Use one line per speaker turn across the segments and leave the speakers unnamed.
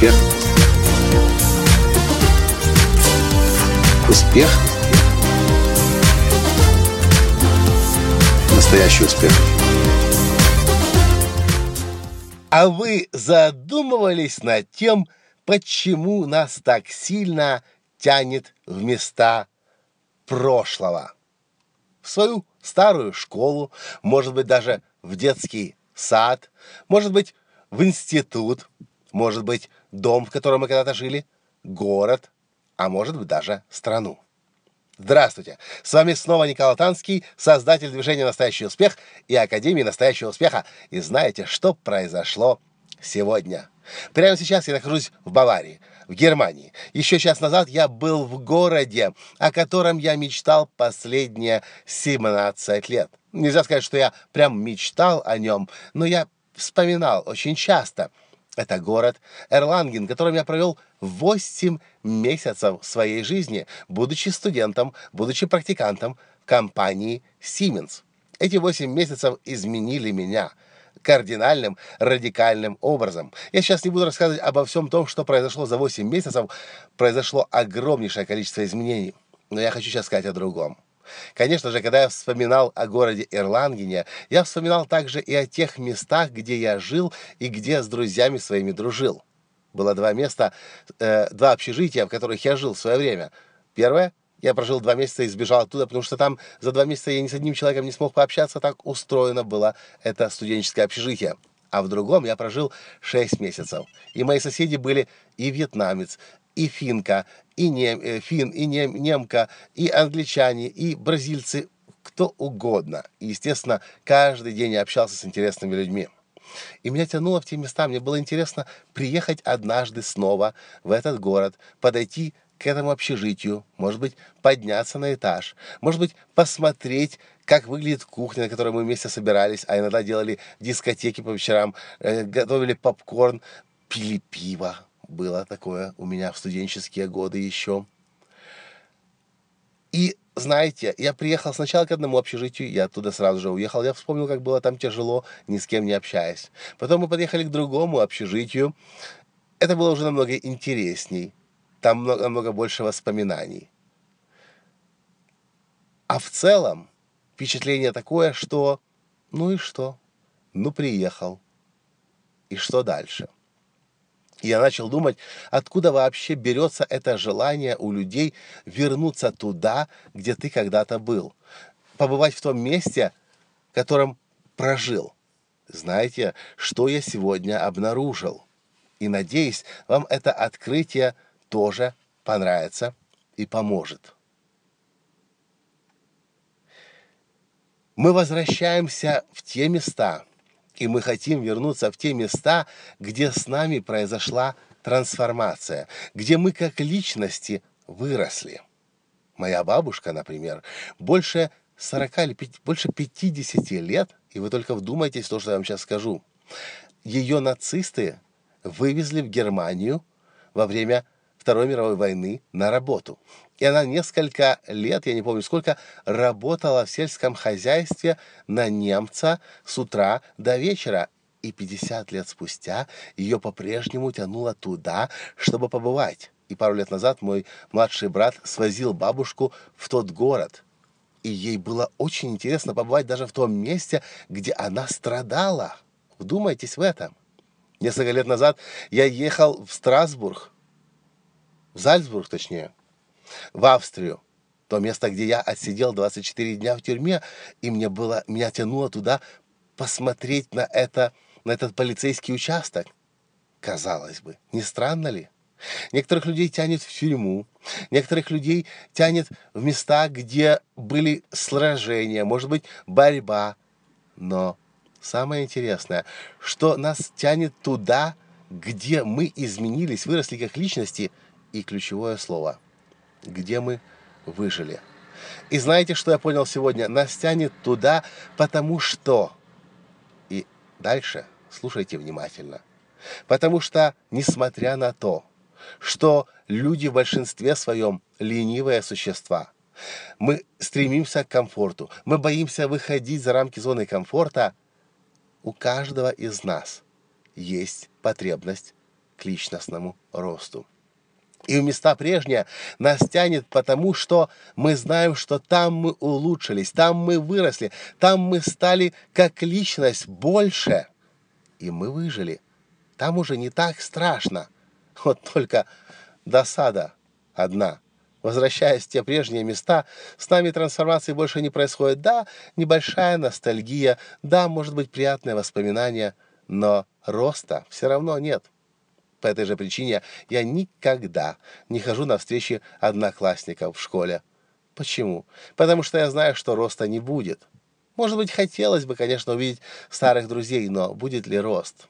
Успех. Успех. Настоящий успех.
А вы задумывались над тем, почему нас так сильно тянет в места прошлого? В свою старую школу, может быть, даже в детский сад, может быть, в институт, может быть, дом, в котором мы когда-то жили, город, а может быть, даже страну. Здравствуйте! С вами снова Николай Танский, создатель движения «Настоящий успех» и Академии «Настоящего успеха». И знаете, что произошло сегодня? Прямо сейчас я нахожусь в Баварии, в Германии. Еще час назад я был в городе, о котором я мечтал последние 17 лет. Нельзя сказать, что я прям мечтал о нем, но я вспоминал очень часто. Это город Эрланген, в котором я провел 8 месяцев своей жизни, будучи студентом, будучи практикантом в компании Siemens. Эти 8 месяцев изменили меня кардинальным, радикальным образом. Я сейчас не буду рассказывать обо всем том, что произошло за 8 месяцев. Произошло огромнейшее количество изменений. Но я хочу сейчас сказать о другом. Конечно же, когда я вспоминал о городе Эрлангене, я вспоминал также и о тех местах, где я жил и где с друзьями своими дружил. Было два места, два общежития, в которых я жил в свое время. Первое, я прожил 2 месяца и сбежал оттуда, потому что там за 2 месяца я ни с одним человеком не смог пообщаться, так устроено было это студенческое общежитие. А в другом я прожил 6 месяцев. И мои соседи были и вьетнамец, и финка, и немка, и англичане, и бразильцы, кто угодно. И, естественно, каждый день я общался с интересными людьми. И меня тянуло в те места, мне было интересно приехать однажды снова в этот город, подойти к этому общежитию, может быть, подняться на этаж, может быть, посмотреть, как выглядит кухня, на которой мы вместе собирались, а иногда делали дискотеки по вечерам, готовили попкорн, пили пиво. Было такое у меня в студенческие годы еще. И знаете, я приехал сначала к одному общежитию, я оттуда сразу же уехал. Я вспомнил, как было там тяжело, ни с кем не общаясь. Потом мы подъехали к другому общежитию. Это было уже намного интересней. Там намного больше воспоминаний. А в целом впечатление такое, что ну и что? Ну приехал. И что дальше? И я начал думать, откуда вообще берется это желание у людей вернуться туда, где ты когда-то был. Побывать в том месте, в котором прожил. Знаете, что я сегодня обнаружил? И надеюсь, вам это открытие тоже понравится и поможет. Мы возвращаемся в те места, и мы хотим вернуться в те места, где с нами произошла трансформация, где мы как личности выросли. Моя бабушка, например, больше 40 или больше 50 лет, и вы только вдумайтесь в то, что я вам сейчас скажу, ее нацисты вывезли в Германию во время Второй мировой войны на работу. И она несколько лет, я не помню сколько, работала в сельском хозяйстве на немца с утра до вечера. И 50 лет спустя ее по-прежнему тянуло туда, чтобы побывать. И пару лет назад мой младший брат свозил бабушку в тот город. И ей было очень интересно побывать даже в том месте, где она страдала. Вдумайтесь в это. Несколько лет назад я ехал в Страсбург, в Зальцбург точнее, в Австрию, то место, где я отсидел 24 дня в тюрьме, и меня тянуло туда посмотреть на этот полицейский участок. Казалось бы, не странно ли? Некоторых людей тянет в тюрьму, некоторых людей тянет в места, где были сражения, может быть, борьба. Но самое интересное, что нас тянет туда, где мы изменились, выросли как личности, и ключевое слово, где мы выжили. И знаете, что я понял сегодня? Нас тянет туда, потому что... И дальше слушайте внимательно. Потому что, несмотря на то, что люди в большинстве своем ленивые существа, мы стремимся к комфорту, мы боимся выходить за рамки зоны комфорта, у каждого из нас есть потребность к личностному росту. И в места прежние нас тянет потому, что мы знаем, что там мы улучшились, там мы выросли, там мы стали как личность больше, и мы выжили. Там уже не так страшно. Вот только досада одна. Возвращаясь в те прежние места, с нами трансформации больше не происходит. Да, небольшая ностальгия, да, может быть, приятные воспоминания, но роста все равно нет. По этой же причине я никогда не хожу на встречи одноклассников в школе. Почему? Потому что я знаю, что роста не будет. Может быть, хотелось бы, конечно, увидеть старых друзей, но будет ли рост?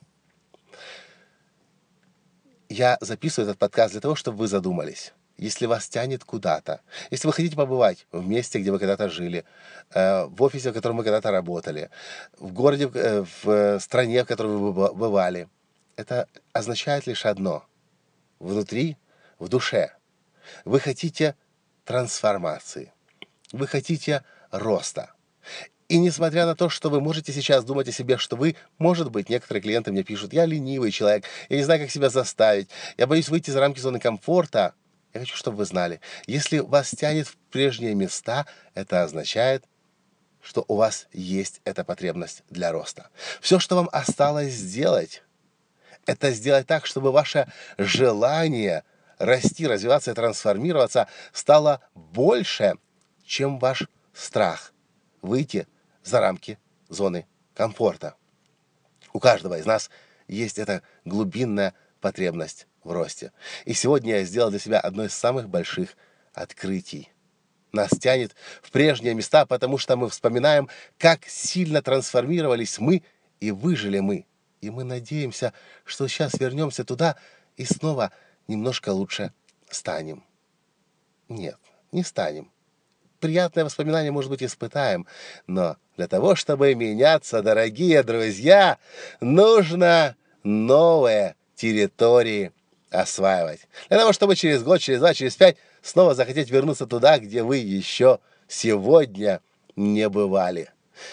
Я записываю этот подкаст для того, чтобы вы задумались. Если вас тянет куда-то, если вы хотите побывать в месте, где вы когда-то жили, в офисе, в котором вы когда-то работали, в городе, в стране, в которой вы бывали, это означает лишь одно. Внутри, в душе, вы хотите трансформации, вы хотите роста. И несмотря на то, что вы можете сейчас думать о себе, что вы, может быть, некоторые клиенты мне пишут, я ленивый человек, я не знаю, как себя заставить, я боюсь выйти за рамки зоны комфорта, я хочу, чтобы вы знали, если вас тянет в прежние места, это означает, что у вас есть эта потребность для роста. Все, что вам осталось сделать, это сделать так, чтобы ваше желание расти, развиваться и трансформироваться стало больше, чем ваш страх выйти за рамки зоны комфорта. У каждого из нас есть эта глубинная потребность в росте. И сегодня я сделал для себя одно из самых больших открытий. Нас тянет в прежние места, потому что мы вспоминаем, как сильно трансформировались мы и выжили мы. И мы надеемся, что сейчас вернемся туда и снова немножко лучше станем. Нет, не станем. Приятное воспоминание, может быть, испытаем, но для того, чтобы меняться, дорогие друзья, нужно новые территории осваивать. Для того, чтобы через год, через 2, через 5 снова захотеть вернуться туда, где вы еще сегодня не бывали.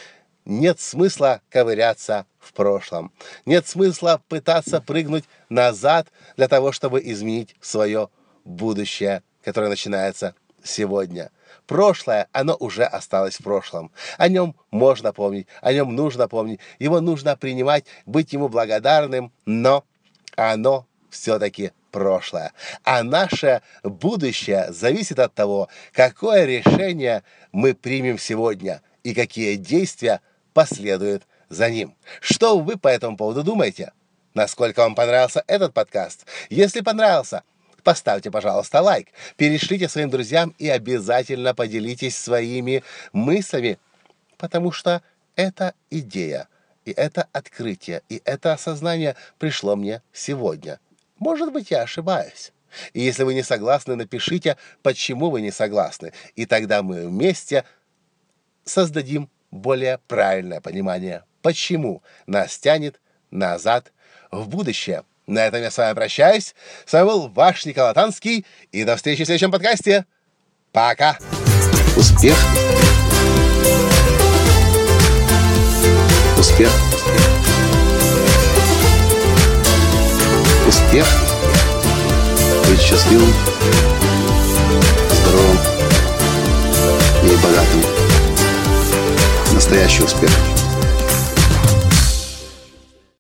Нет смысла ковыряться в прошлом. Нет смысла пытаться прыгнуть назад для того, чтобы изменить свое будущее, которое начинается сегодня. Прошлое, оно уже осталось в прошлом. О нем можно помнить, о нем нужно помнить, его нужно принимать, быть ему благодарным, но оно все-таки прошлое. А наше будущее зависит от того, какое решение мы примем сегодня и какие действия последуют за ним. Что вы по этому поводу думаете? Насколько вам понравился этот подкаст? Если понравился, поставьте, пожалуйста, лайк, перешлите своим друзьям и обязательно поделитесь своими мыслями, потому что эта идея, и это открытие, и это осознание пришло мне сегодня. Может быть, я ошибаюсь. И если вы не согласны, напишите, почему вы не согласны, и тогда мы вместе создадим более правильное понимание, почему нас тянет назад в будущее. На этом я с вами прощаюсь. С вами был ваш Николай Танский. И до встречи в следующем подкасте. Пока.
Успех. Успех. Успех. Быть счастливым, здоровым и богатым. Настоящий успех.